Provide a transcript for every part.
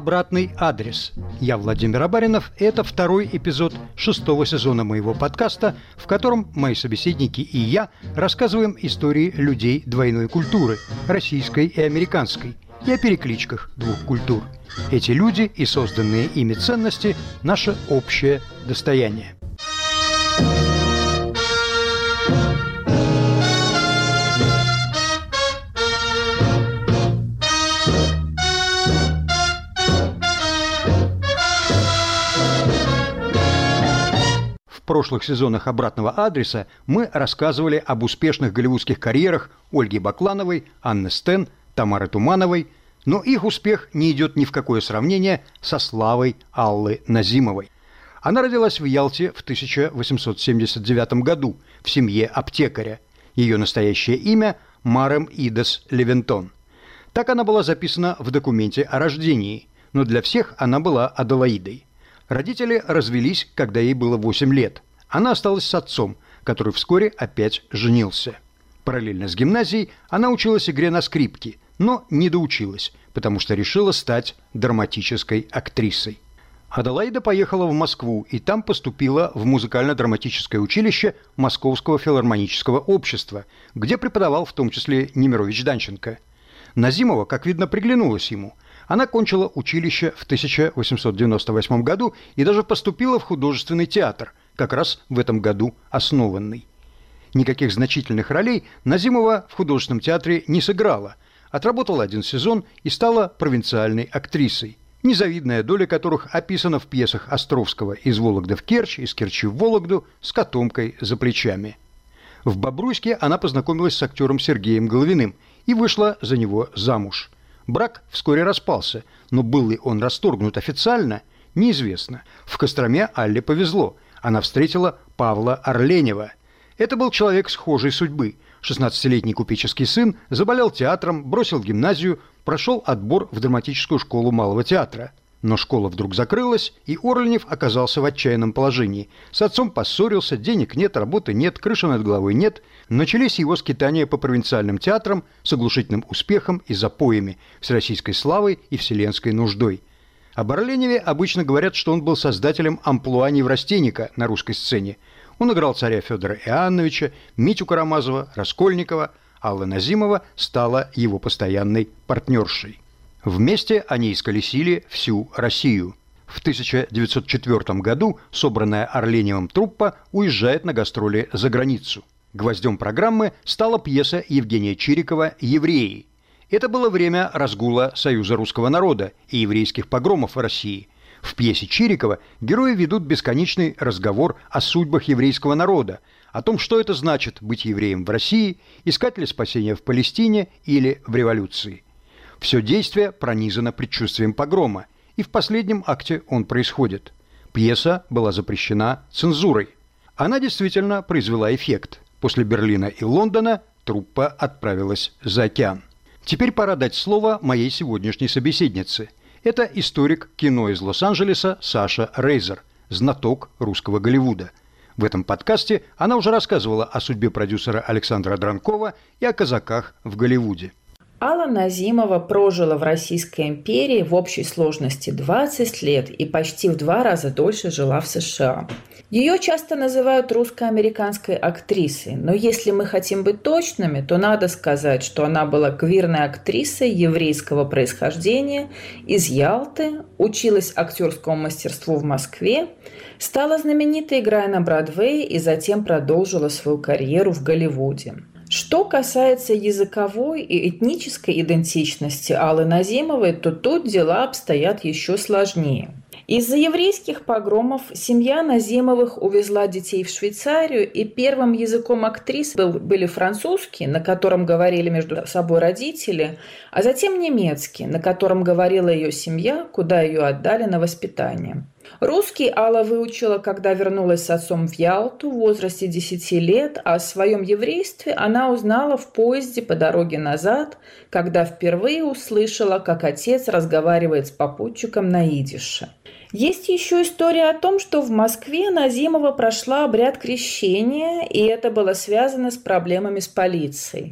«Обратный адрес». Я Владимир Абаринов, и это второй эпизод 6-го сезона моего подкаста, в котором мои собеседники и я рассказываем истории людей двойной культуры – российской и американской, и о перекличках двух культур. Эти люди и созданные ими ценности – наше общее достояние. В прошлых сезонах «Обратного адреса» мы рассказывали об успешных голливудских карьерах Ольги Баклановой, Анны Стен, Тамары Тумановой, но их успех не идет ни в какое сравнение со славой Аллы Назимовой. Она родилась в Ялте в 1879 году в семье аптекаря. Ее настоящее имя – Марем Идес Левентон. Так она была записана в документе о рождении, но для всех она была Аделаидой. Родители развелись, когда ей было 8 лет. Она осталась с отцом, который вскоре опять женился. Параллельно с гимназией она училась игре на скрипке, но не доучилась, потому что решила стать драматической актрисой. Аделаида поехала в Москву и там поступила в музыкально-драматическое училище Московского филармонического общества, где преподавал в том числе Немирович Данченко. Назимова, как видно, приглянулась ему. Она кончила училище в 1898 году и даже поступила в художественный театр, как раз в этом году основанный. Никаких значительных ролей Назимова в художественном театре не сыграла, отработала один сезон и стала провинциальной актрисой, незавидная доля которых описана в пьесах Островского «Из Вологды в Керчь», «Из Керчи в Вологду» с котомкой за плечами. В Бобруйске она познакомилась с актером Сергеем Головиным и вышла за него замуж. Брак вскоре распался, но был ли он расторгнут официально, неизвестно. В Костроме Алле повезло. Она встретила Павла Орленева. Это был человек схожей судьбы. 16-летний купеческий сын заболел театром, бросил гимназию, прошел отбор в драматическую школу малого театра. Но школа вдруг закрылась, и Орленев оказался в отчаянном положении. С отцом поссорился, денег нет, работы нет, крыши над головой нет. Начались его скитания по провинциальным театрам с оглушительным успехом и запоями, всероссийской славой и вселенской нуждой. Об Орленеве обычно говорят, что он был создателем амплуа неврастенника на русской сцене. Он играл царя Федора Иоанновича, Митю Карамазова, Раскольникова. Алла Назимова стала его постоянной партнершей. Вместе они исколесили всю Россию. В 1904 году собранная Орленевым труппа уезжает на гастроли за границу. Гвоздем программы стала пьеса Евгения Чирикова «Евреи». Это было время разгула Союза русского народа и еврейских погромов в России. В пьесе Чирикова герои ведут бесконечный разговор о судьбах еврейского народа, о том, что это значит быть евреем в России, искать ли спасения в Палестине или в революции. Все действие пронизано предчувствием погрома, и в последнем акте он происходит. Пьеса была запрещена цензурой. Она действительно произвела эффект. После Берлина и Лондона труппа отправилась за океан. Теперь пора дать слово моей сегодняшней собеседнице. Это историк кино из Лос-Анджелеса Саша Рейзер, знаток русского Голливуда. В этом подкасте она уже рассказывала о судьбе продюсера Александра Дранкова и о казаках в Голливуде. Алла Назимова прожила в Российской империи в общей сложности 20 лет и почти в 2 раза дольше жила в США. Ее часто называют русско-американской актрисой, но если мы хотим быть точными, то надо сказать, что она была квирной актрисой еврейского происхождения из Ялты, училась актерскому мастерству в Москве, стала знаменитой, играя на Бродвее, и затем продолжила свою карьеру в Голливуде. Что касается языковой и этнической идентичности Аллы Назимовой, то тут дела обстоят еще сложнее. Из-за еврейских погромов семья Назимовых увезла детей в Швейцарию, и первым языком актрис были французский, на котором говорили между собой родители, а затем немецкий, на котором говорила ее семья, куда ее отдали на воспитание. Русский Алла выучила, когда вернулась с отцом в Ялту в возрасте 10 лет, а о своем еврействе она узнала в поезде по дороге назад, когда впервые услышала, как отец разговаривает с попутчиком на идише. Есть еще история о том, что в Москве Назимова прошла обряд крещения, и это было связано с проблемами с полицией.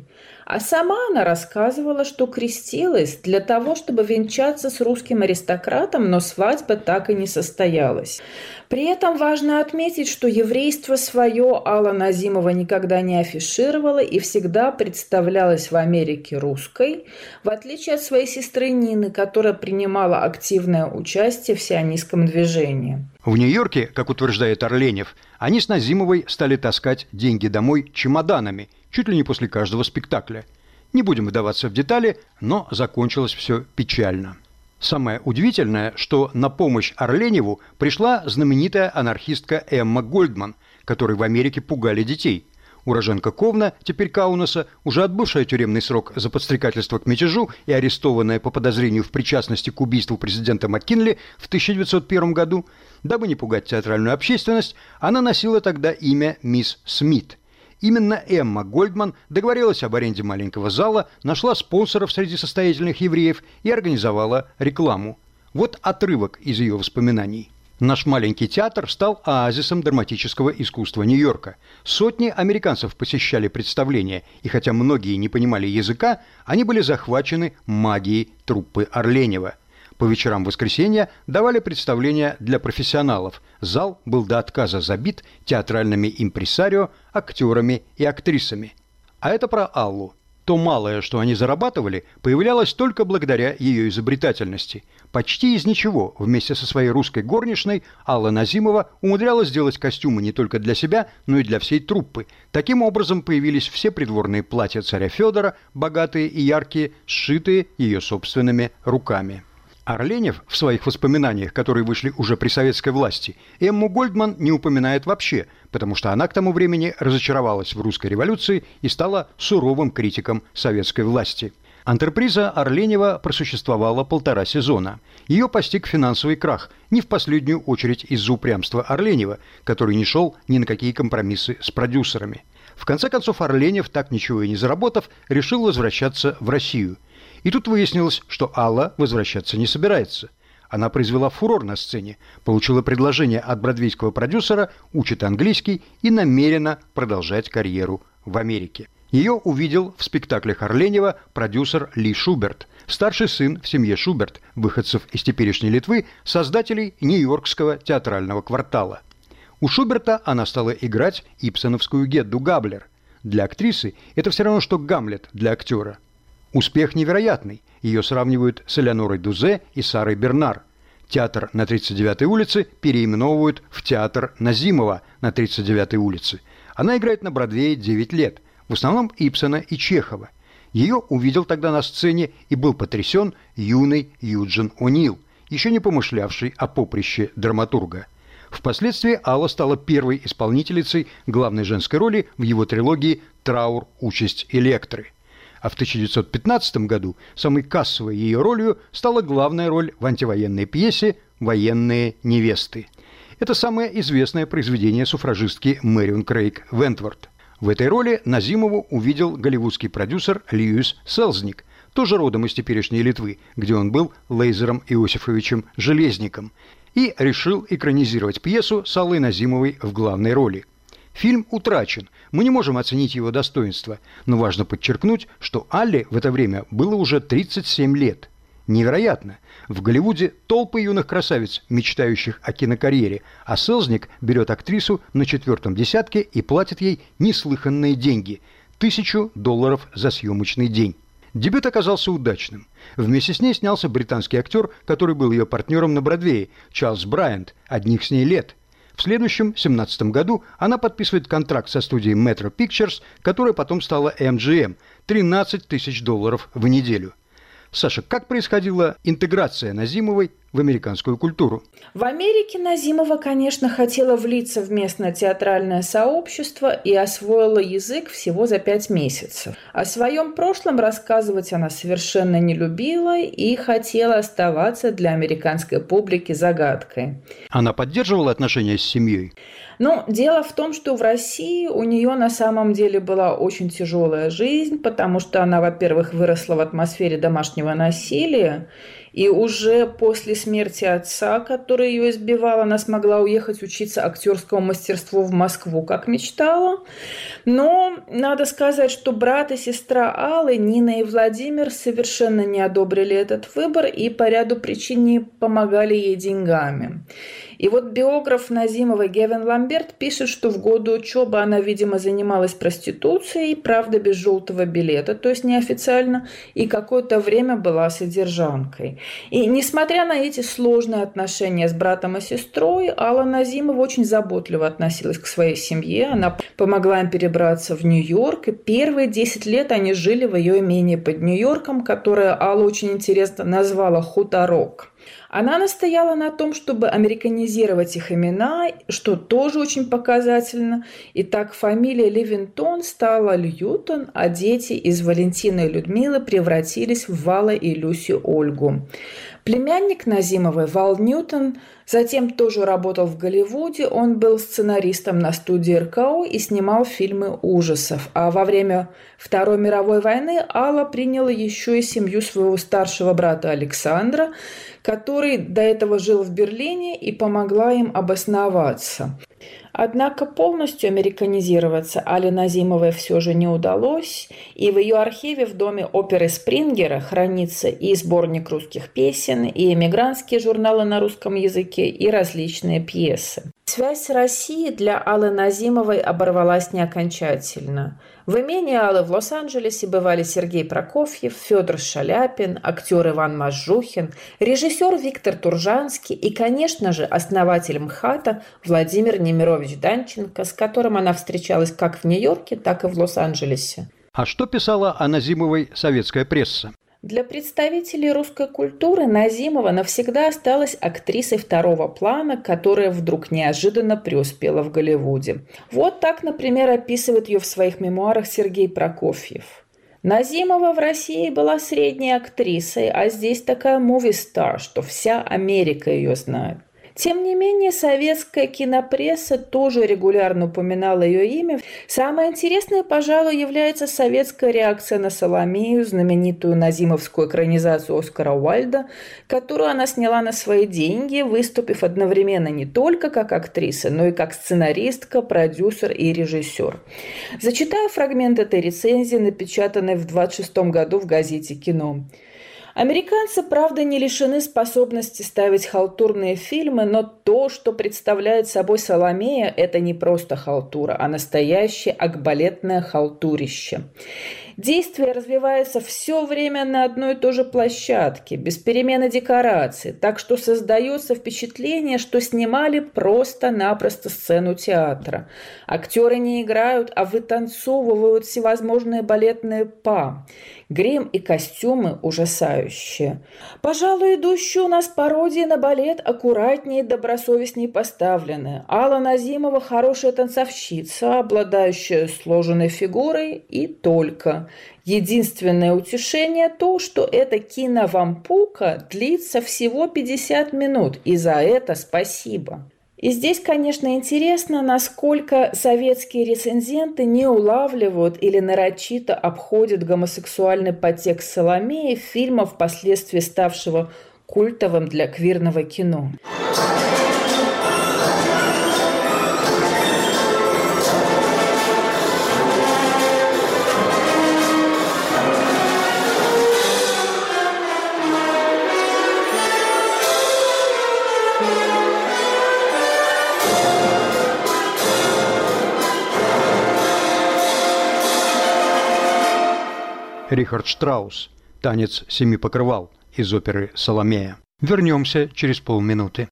А сама она рассказывала, что крестилась для того, чтобы венчаться с русским аристократом, но свадьба так и не состоялась. При этом важно отметить, что еврейство свое Алла Назимова никогда не афишировала и всегда представлялась в Америке русской, в отличие от своей сестры Нины, которая принимала активное участие в сионистском движении. В Нью-Йорке, как утверждает Орленев, они с Назимовой стали таскать деньги домой чемоданами, чуть ли не после каждого спектакля. Не будем вдаваться в детали, но закончилось все печально. Самое удивительное, что на помощь Орленеву пришла знаменитая анархистка Эмма Гольдман, которой в Америке пугали детей. Уроженка Ковна, теперь Каунаса, уже отбывшая тюремный срок за подстрекательство к мятежу и арестованная по подозрению в причастности к убийству президента Маккинли в 1901 году, дабы не пугать театральную общественность, она носила тогда имя мисс Смит. Именно Эмма Гольдман договорилась об аренде маленького зала, нашла спонсоров среди состоятельных евреев и организовала рекламу. Вот отрывок из ее воспоминаний. Наш маленький театр стал оазисом драматического искусства Нью-Йорка. Сотни американцев посещали представления, и хотя многие не понимали языка, они были захвачены магией труппы Орленева. По вечерам воскресенья давали представления для профессионалов. Зал был до отказа забит театральными импресарио, актерами и актрисами. А это про Аллу. То малое, что они зарабатывали, появлялось только благодаря ее изобретательности. Почти из ничего вместе со своей русской горничной Алла Назимова умудрялась сделать костюмы не только для себя, но и для всей труппы. Таким образом появились все придворные платья царя Федора, богатые и яркие, сшитые ее собственными руками. Орленев в своих воспоминаниях, которые вышли уже при советской власти, Эмму Гольдман не упоминает вообще, потому что она к тому времени разочаровалась в русской революции и стала суровым критиком советской власти. Антреприза Орленева просуществовала 1,5 сезона. Ее постиг финансовый крах, не в последнюю очередь из-за упрямства Орленева, который не шел ни на какие компромиссы с продюсерами. В конце концов, Орленев, так ничего и не заработав, решил возвращаться в Россию. И тут выяснилось, что Алла возвращаться не собирается. Она произвела фурор на сцене, получила предложение от бродвейского продюсера, учит английский и намерена продолжать карьеру в Америке. Ее увидел в спектаклях Орленева продюсер Ли Шуберт, старший сын в семье Шуберт, выходцев из теперешней Литвы, создателей Нью-Йоркского театрального квартала. У Шуберта она стала играть ибсеновскую Гедду Габлер. Для актрисы это все равно, что Гамлет для актера. Успех невероятный. Ее сравнивают с Элеонорой Дузе и Сарой Бернар. Театр на 39-й улице переименовывают в театр Назимова на 39-й улице. Она играет на Бродвее 9 лет. В основном Ибсена и Чехова. Ее увидел тогда на сцене и был потрясен юный Юджин О'Нил, еще не помышлявший о поприще драматурга. Впоследствии Алла стала первой исполнительницей главной женской роли в его трилогии «Траур. Участь Электры». А в 1915 году самой кассовой ее ролью стала главная роль в антивоенной пьесе «Военные невесты». Это самое известное произведение суфражистки Мэрион Крейг Вентворт. В этой роли Назимову увидел голливудский продюсер Льюис Селзник, тоже родом из теперешней Литвы, где он был Лейзером Иосифовичем Железником, и решил экранизировать пьесу с Аллой Назимовой в главной роли. Фильм утрачен, мы не можем оценить его достоинство, но важно подчеркнуть, что Алле в это время было уже 37 лет. Невероятно! В Голливуде толпы юных красавиц, мечтающих о кинокарьере, а Селзник берет актрису на 4-м десятке и платит ей неслыханные деньги – $1000 за съемочный день. Дебют оказался удачным. Вместе с ней снялся британский актер, который был ее партнером на Бродвее – Чарльз Брайант, одних с ней лет. В следующем, 1917 году, она подписывает контракт со студией Metro Pictures, которая потом стала MGM – $13 000 в неделю. Саша, как происходила интеграция Назимовой в американскую культуру? В Америке Назимова, конечно, хотела влиться в местное театральное сообщество и освоила язык всего за 5 месяцев. О своем прошлом рассказывать она совершенно не любила и хотела оставаться для американской публики загадкой. Она поддерживала отношения с семьей? Ну, дело в том, что в России у нее на самом деле была очень тяжелая жизнь, потому что она, во-первых, выросла в атмосфере домашнего насилия, И уже после смерти отца, который ее избивал, она смогла уехать учиться актерскому мастерству в Москву, как мечтала. Но надо сказать, что брат и сестра Аллы, Нина и Владимир, совершенно не одобрили этот выбор и по ряду причин не помогали ей деньгами. И вот биограф Назимовой Гевин Ламберт пишет, что в годы учебы она, видимо, занималась проституцией, правда, без желтого билета, то есть неофициально, и какое-то время была содержанкой. И несмотря на эти сложные отношения с братом и сестрой, Алла Назимова очень заботливо относилась к своей семье. Она помогла им перебраться в Нью-Йорк, и первые 10 лет они жили в ее имении под Нью-Йорком, которое Алла очень интересно назвала «Хуторок». Она настояла на том, чтобы американизировать их имена, что тоже очень показательно. И так фамилия Ливингтон стала Льютон, а дети из Валентины и Людмилы превратились в Вала и Люсю Ольгу. Племянник Назимовой, Вал Ньютон, затем тоже работал в Голливуде. Он был сценаристом на студии РКО и снимал фильмы ужасов. А во время Второй мировой войны Алла приняла еще и семью своего старшего брата Александра, который до этого жил в Берлине, и помогла им обосноваться. Однако полностью американизироваться Алле Назимовой все же не удалось, и в ее архиве в Доме оперы Спрингера хранится и сборник русских песен, и эмигрантские журналы на русском языке, и различные пьесы. Связь с Россией для Аллы Назимовой оборвалась не окончательно. В имении Аллы в Лос-Анджелесе бывали Сергей Прокофьев, Федор Шаляпин, актер Иван Мажухин, режиссер Виктор Туржанский и, конечно же, основатель МХАТа Владимир Немирович Данченко, с которым она встречалась как в Нью-Йорке, так и в Лос-Анджелесе. А что писала о Назимовой советская пресса? Для представителей русской культуры Назимова навсегда осталась актрисой второго плана, которая вдруг неожиданно преуспела в Голливуде. Вот так, например, описывает ее в своих мемуарах Сергей Прокофьев. Назимова в России была средней актрисой, а здесь такая муви-стар, что вся Америка ее знает. Тем не менее, советская кинопресса тоже регулярно упоминала ее имя. Самое интересное, пожалуй, является советская реакция на Соломею, знаменитую назимовскую экранизацию Оскара Уайльда, которую она сняла на свои деньги, выступив одновременно не только как актриса, но и как сценаристка, продюсер и режиссер. Зачитаю фрагмент этой рецензии, напечатанной в 1926 году в газете «Кино». Американцы, правда, не лишены способности ставить халтурные фильмы, но то, что представляет собой Соломея, это не просто халтура, а настоящее акбалетное халтурище. Действие развивается все время на одной и той же площадке, без перемены декораций, так что создается впечатление, что снимали просто-напросто сцену театра. Актеры не играют, а вытанцовывают всевозможные балетные па. Грим и костюмы ужасающие. Пожалуй, идущие у нас пародии на балет аккуратнее и добросовестнее поставлены. Алла Назимова хорошая танцовщица, обладающая сложенной фигурой, и только. Единственное утешение то, что эта киновампука длится всего 50 минут, и за это спасибо. И здесь, конечно, интересно, насколько советские рецензенты не улавливают или нарочито обходят гомосексуальный подтекст Соломеи фильма, впоследствии ставшего культовым для квирного кино. Рихард Штраус. Танец семи покрывал из оперы «Соломея». Вернемся через полминуты.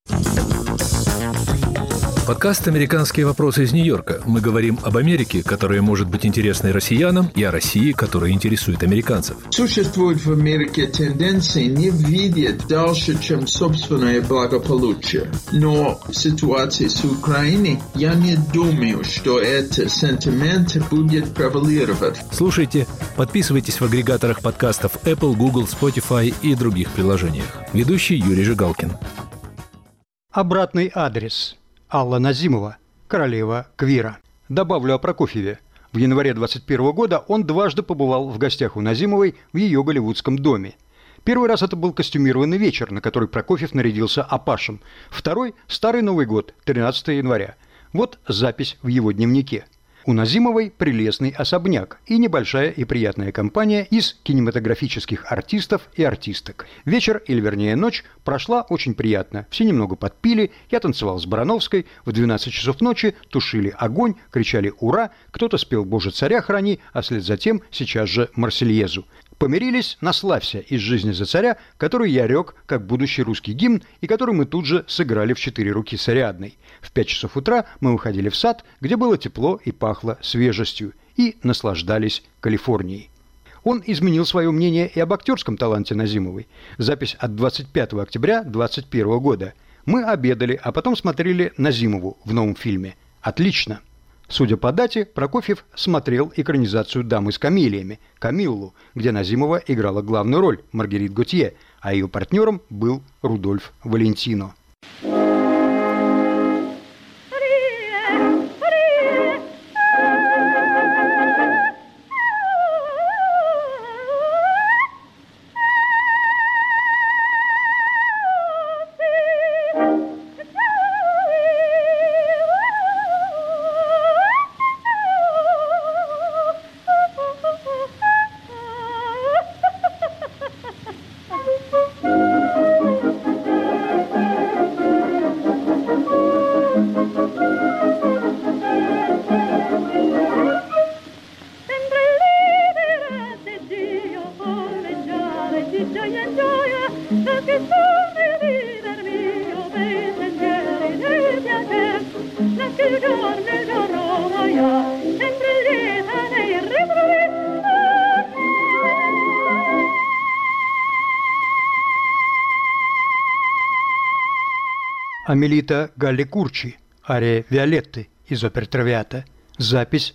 Подкаст «Американские вопросы» из Нью-Йорка. Мы говорим об Америке, которая может быть интересной россиянам, и о России, которая интересует американцев. Существует в Америке тенденции не видеть дальше, чем собственное благополучие. Но в ситуации с Украиной я не думаю, что этот сентимент будет превалировать. Слушайте, подписывайтесь в агрегаторах подкастов Apple, Google, Spotify и других приложениях. Ведущий Юрий Жигалкин. Обратный адрес. Алла Назимова, королева квира. Добавлю о Прокофьеве. В январе 2021 года он дважды побывал в гостях у Назимовой в ее голливудском доме. Первый раз это был костюмированный вечер, на который Прокофьев нарядился опашем. Второй – Старый Новый год, 13 января. Вот запись в его дневнике. У Назимовой прелестный особняк и небольшая и приятная компания из кинематографических артистов и артисток. Вечер, или вернее ночь, прошла очень приятно. Все немного подпили, я танцевал с Барановской, в 12 часов ночи тушили огонь, кричали «Ура!», кто-то спел «Боже, царя храни!», а вслед за тем сейчас же «Марсельезу». Помирились на «Славься» из «Жизни за царя», который я рек как будущий русский гимн и который мы тут же сыграли в 4 руки с Ариадной. В 5 часов утра мы выходили в сад, где было тепло и пахло свежестью, и наслаждались Калифорнией. Он изменил свое мнение и об актерском таланте Назимовой. Запись от 25 октября 2021 года. Мы обедали, а потом смотрели Назимову в новом фильме. Отлично. Судя по дате, Прокофьев смотрел экранизацию «Дамы с камелиями» «Камиллу», где Назимова играла главную роль Маргерит Готье, а ее партнером был Рудольф Валентино. Амелита Галли Курчи, ария Виолетты из опер «Травиата», запись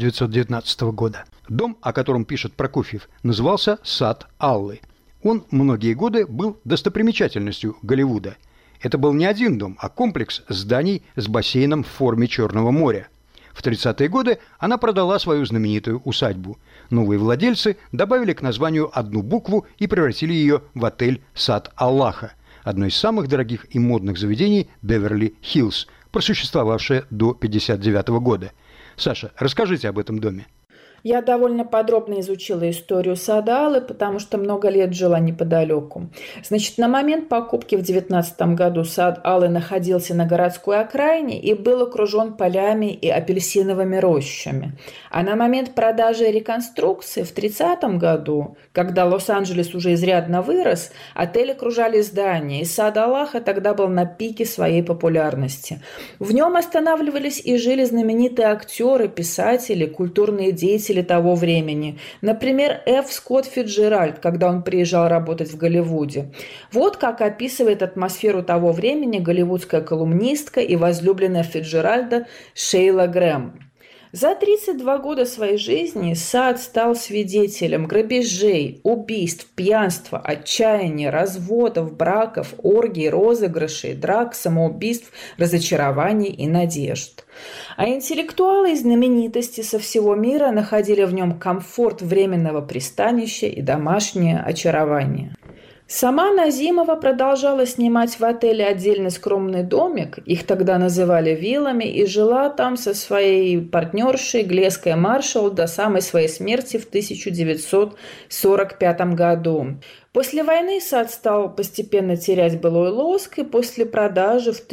1919 года. Дом, о котором пишет Прокофьев, назывался «Сад Аллы». Он многие годы был достопримечательностью Голливуда. Это был не один дом, а комплекс зданий с бассейном в форме Черного моря. В 30-е годы она продала свою знаменитую усадьбу. Новые владельцы добавили к названию одну букву и превратили ее в отель «Сад Аллаха», одно из самых дорогих и модных заведений Беверли-Хиллз, просуществовавшее до 1959 года. Саша, расскажите об этом доме. Я довольно подробно изучила историю сада Аллы, потому что много лет жила неподалеку. Значит, на момент покупки в 19 году сад Аллы находился на городской окраине и был окружен полями и апельсиновыми рощами. А на момент продажи и реконструкции в 30 году, когда Лос-Анджелес уже изрядно вырос, отель окружали здания, и сад Аллаха тогда был на пике своей популярности. В нем останавливались и жили знаменитые актеры, писатели, культурные деятели того времени. Например, Ф. Скотт Фицджеральд, когда он приезжал работать в Голливуде. Вот как описывает атмосферу того времени голливудская колумнистка и возлюбленная Фицджеральда Шейла Грэм. За 32 года своей жизни Сад стал свидетелем грабежей, убийств, пьянства, отчаяния, разводов, браков, оргий, розыгрышей, драк, самоубийств, разочарований и надежд. А интеллектуалы и знаменитости со всего мира находили в нем комфорт временного пристанища и домашнее очарование. Сама Назимова продолжала снимать в отеле отдельный скромный домик, их тогда называли виллами, и жила там со своей партнершей Глеской Маршалл до самой своей смерти в 1945 году. После войны сад стал постепенно терять былой лоск, и после продажи в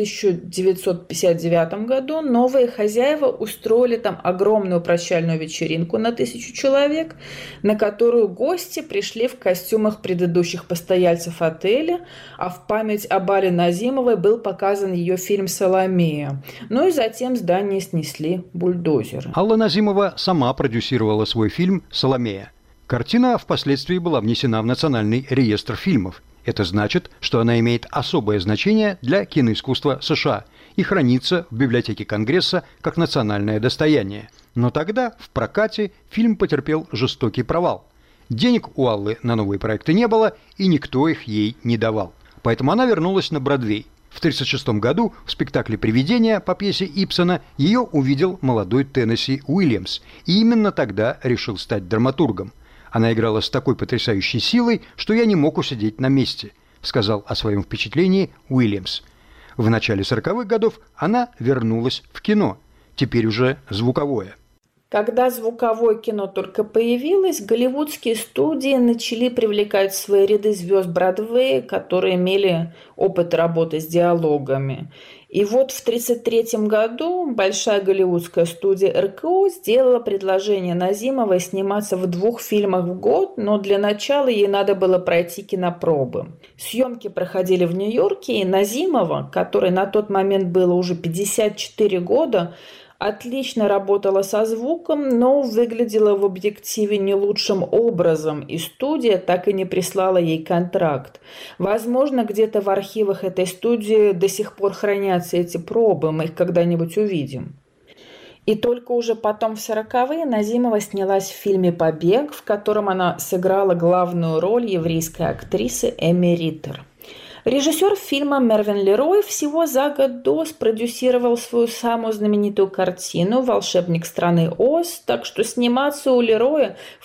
1959 году новые хозяева устроили там огромную прощальную вечеринку на 1000 человек, на которую гости пришли в костюмах предыдущих постояльцев отеля, а в память об Алле Назимовой был показан ее фильм «Соломея». Ну и затем здание снесли бульдозеры. Алла Назимова сама продюсировала свой фильм «Соломея». Картина впоследствии была внесена в Национальный реестр фильмов. Это значит, что она имеет особое значение для киноискусства США и хранится в библиотеке Конгресса как национальное достояние. Но тогда в прокате фильм потерпел жестокий провал. Денег у Аллы на новые проекты не было, и никто их ей не давал. Поэтому она вернулась на Бродвей. В 1936 году в спектакле «Привидение» по пьесе Ибсена ее увидел молодой Теннесси Уильямс, и именно тогда решил стать драматургом. Она играла с такой потрясающей силой, что я не мог усидеть на месте, сказал о своем впечатлении Уильямс. В начале 40-х годов она вернулась в кино, теперь уже звуковое. Когда звуковое кино только появилось, голливудские студии начали привлекать в свои ряды звезд Бродвея, которые имели опыт работы с диалогами. И вот в 1933 году большая голливудская студия РКО сделала предложение Назимовой сниматься в 2 фильмах в год, но для начала ей надо было пройти кинопробы. Съемки проходили в Нью-Йорке, и Назимова, которой на тот момент было уже 54 года, отлично работала со звуком, но выглядела в объективе не лучшим образом, и студия так и не прислала ей контракт. Возможно, где-то в архивах этой студии до сих пор хранятся эти пробы, мы их когда-нибудь увидим. И только уже потом в 40-е Назимова снялась в фильме «Побег», в котором она сыграла главную роль еврейской актрисы Эми Риттер. Режиссер фильма Мервин Лерой всего за год до спродюсировал свою самую знаменитую картину «Волшебник страны Оз», так что сниматься у Лероя в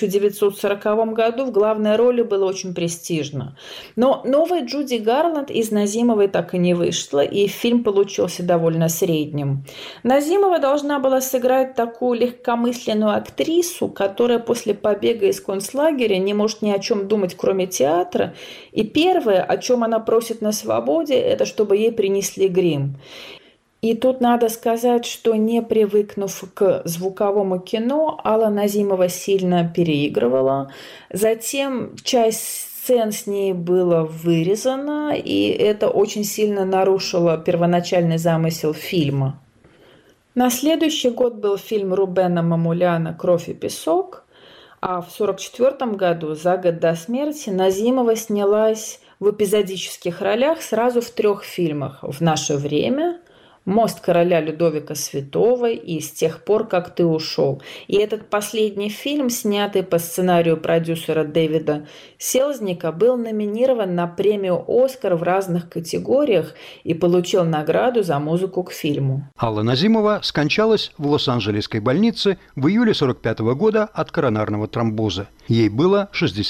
1940 году в главной роли было очень престижно. Но новая Джуди Гарланд из Назимовой так и не вышла, и фильм получился довольно средним. Назимова должна была сыграть такую легкомысленную актрису, которая после побега из концлагеря не может ни о чем думать, кроме театра, и первое, о чем она просит на свободе, это чтобы ей принесли грим. И тут надо сказать, что не привыкнув к звуковому кино, Алла Назимова сильно переигрывала. Затем часть сцен с ней было вырезано, и это очень сильно нарушило первоначальный замысел фильма. На следующий год был фильм Рубена Мамуляна «Кровь и песок», а в 1944 году, за год до смерти, Назимова снялась в эпизодических ролях сразу в 3 фильмах: «В наше время», «Мост короля Людовика Святого» и «С тех пор, как ты ушел». И этот последний фильм, снятый по сценарию продюсера Дэвида Селзника, был номинирован на премию «Оскар» в разных категориях и получил награду за музыку к фильму. Алла Назимова скончалась в Лос-Анджелесской больнице в июле 1945 года от коронарного тромбоза. Ей было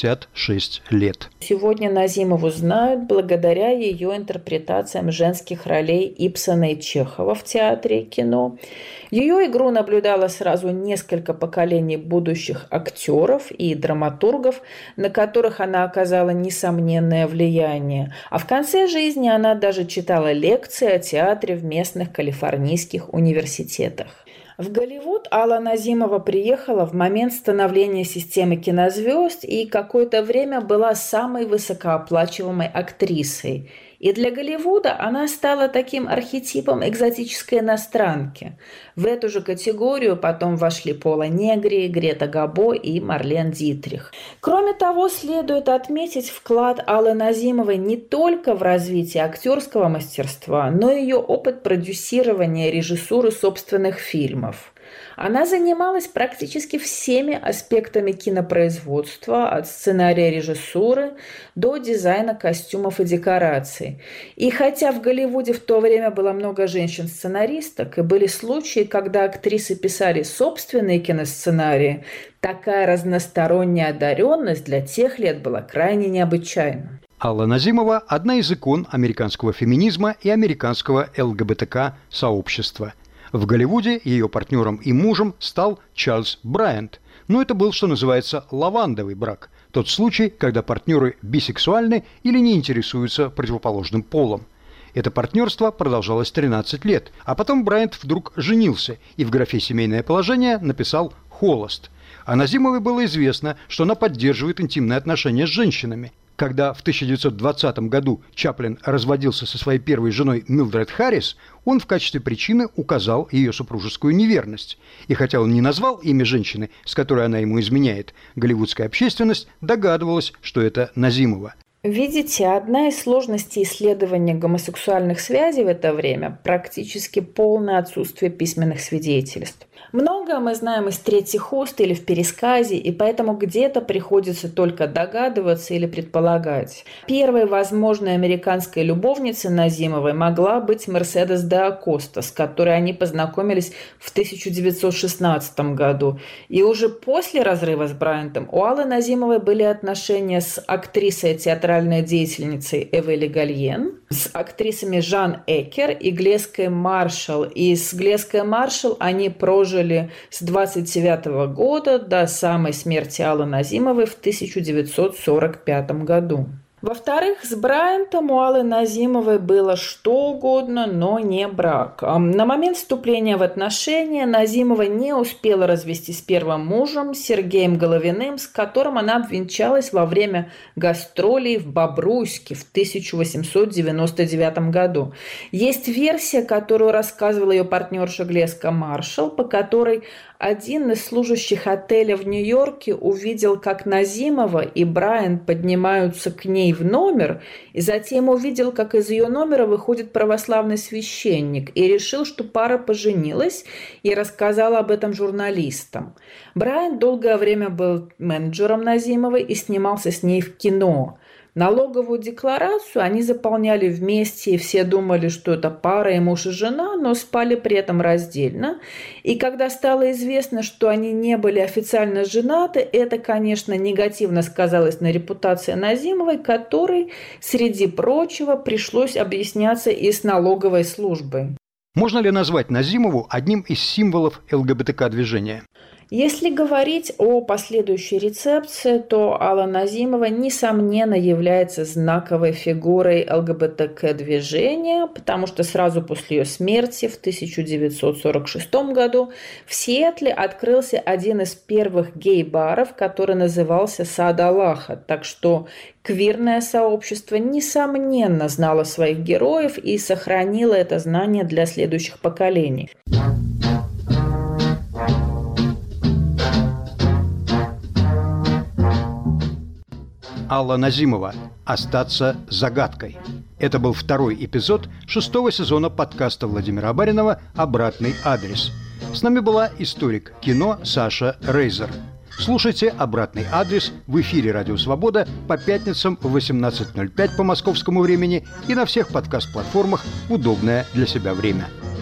66 лет. Сегодня Назимову знают благодаря ее интерпретациям женских ролей Ибсена и Чехова в театре и кино. Ее игру наблюдало сразу несколько поколений будущих актеров и драматургов, на которых она оказала несомненное влияние. А в конце жизни она даже читала лекции о театре в местных калифорнийских университетах. В Голливуд Алла Назимова приехала в момент становления системы кинозвезд и какое-то время была самой высокооплачиваемой актрисой. И для Голливуда она стала таким архетипом экзотической иностранки. В эту же категорию потом вошли Пола Негри, Грета Габо и Марлен Дитрих. Кроме того, следует отметить вклад Аллы Назимовой не только в развитие актерского мастерства, но и ее опыт продюсирования и режиссуры собственных фильмов. Она занималась практически всеми аспектами кинопроизводства, от сценария режиссуры до дизайна костюмов и декораций. И хотя в Голливуде в то время было много женщин-сценаристок, и были случаи, когда актрисы писали собственные киносценарии, такая разносторонняя одаренность для тех лет была крайне необычайна. Алла Назимова – одна из икон американского феминизма и американского ЛГБТК-сообщества. В Голливуде ее партнером и мужем стал Чарльз Брайант. Но это был, что называется, лавандовый брак. Тот случай, когда партнеры бисексуальны или не интересуются противоположным полом. Это партнерство продолжалось 13 лет. А потом Брайант вдруг женился и в графе «Семейное положение» написал «холост». А Назимовой было известно, что она поддерживает интимные отношения с женщинами. Когда в 1920 году Чаплин разводился со своей первой женой Милдред Харрис, он в качестве причины указал ее супружескую неверность. И хотя он не назвал имя женщины, с которой она ему изменяет, голливудская общественность догадывалась, что это Назимова. Видите, одна из сложностей исследования гомосексуальных связей в это время – практически полное отсутствие письменных свидетельств. Многое мы знаем из третьих уст или в пересказе, и поэтому где-то приходится только догадываться или предполагать. Первой возможной американской любовницей Назимовой могла быть Мерседес де Акоста, с которой они познакомились в 1916 году. И уже после разрыва с Брайантом у Аллы Назимовой были отношения с актрисой и театральной деятельницей Эвелли Гальен, с актрисами Жан Экер и Глеской Маршалл. И с Глеской Маршалл они прожили с 1929 года до самой смерти Аллы Назимовой в 1945 году. Во-вторых, с Брайантом у Аллы Назимовой было что угодно, но не брак. На момент вступления в отношения Назимова не успела развестись с первым мужем Сергеем Головиным, с которым она обвенчалась во время гастролей в Бобруйске в 1899 году. Есть версия, которую рассказывала ее партнерша Глеска Маршалл, по которой один из служащих отеля в Нью-Йорке увидел, как Назимова и Брайант поднимаются к ней в номер, и затем увидел, как из ее номера выходит православный священник, и решил, что пара поженилась, и рассказал об этом журналистам. Брайант долгое время был менеджером Назимовой и снимался с ней в кино. Налоговую декларацию они заполняли вместе, и все думали, что это пара и муж и жена, но спали при этом раздельно. И когда стало известно, что они не были официально женаты, это, конечно, негативно сказалось на репутации Назимовой, которой, среди прочего, пришлось объясняться и с налоговой службой. Можно ли назвать Назимову одним из символов ЛГБТК-движения? Если говорить о последующей рецепции, то Алла Назимова, несомненно, является знаковой фигурой ЛГБТК-движения, потому что сразу после ее смерти в 1946 году в Сиэтле открылся один из первых гей-баров, который назывался «Сад Аллаха». Так что квирное сообщество, несомненно, знало своих героев и сохранило это знание для следующих поколений. Алла Назимова. Остаться загадкой. Это был второй эпизод 6-го сезона подкаста Владимира Баринова «Обратный адрес». С нами была историк кино Саша Рейзер. Слушайте «Обратный адрес» в эфире «Радио Свобода» по пятницам в 18:05 по московскому времени и на всех подкаст-платформах в удобное для себя время.